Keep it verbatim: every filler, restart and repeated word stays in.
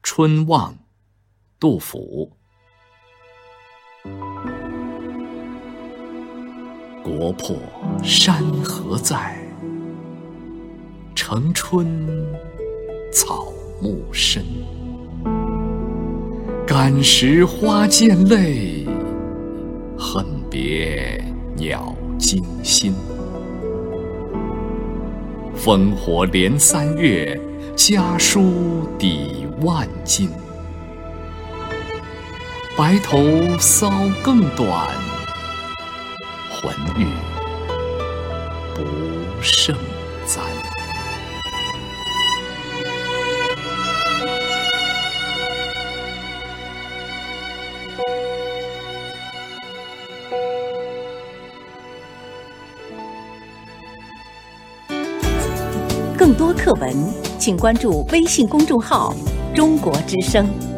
春望，杜甫。国破山河在，城春草木深。感时花溅泪，恨别鸟惊心。烽火连三月，家书抵万金。白头搔更短，浑欲不胜簪。 更多课文，请关注微信公众号“中国之声”。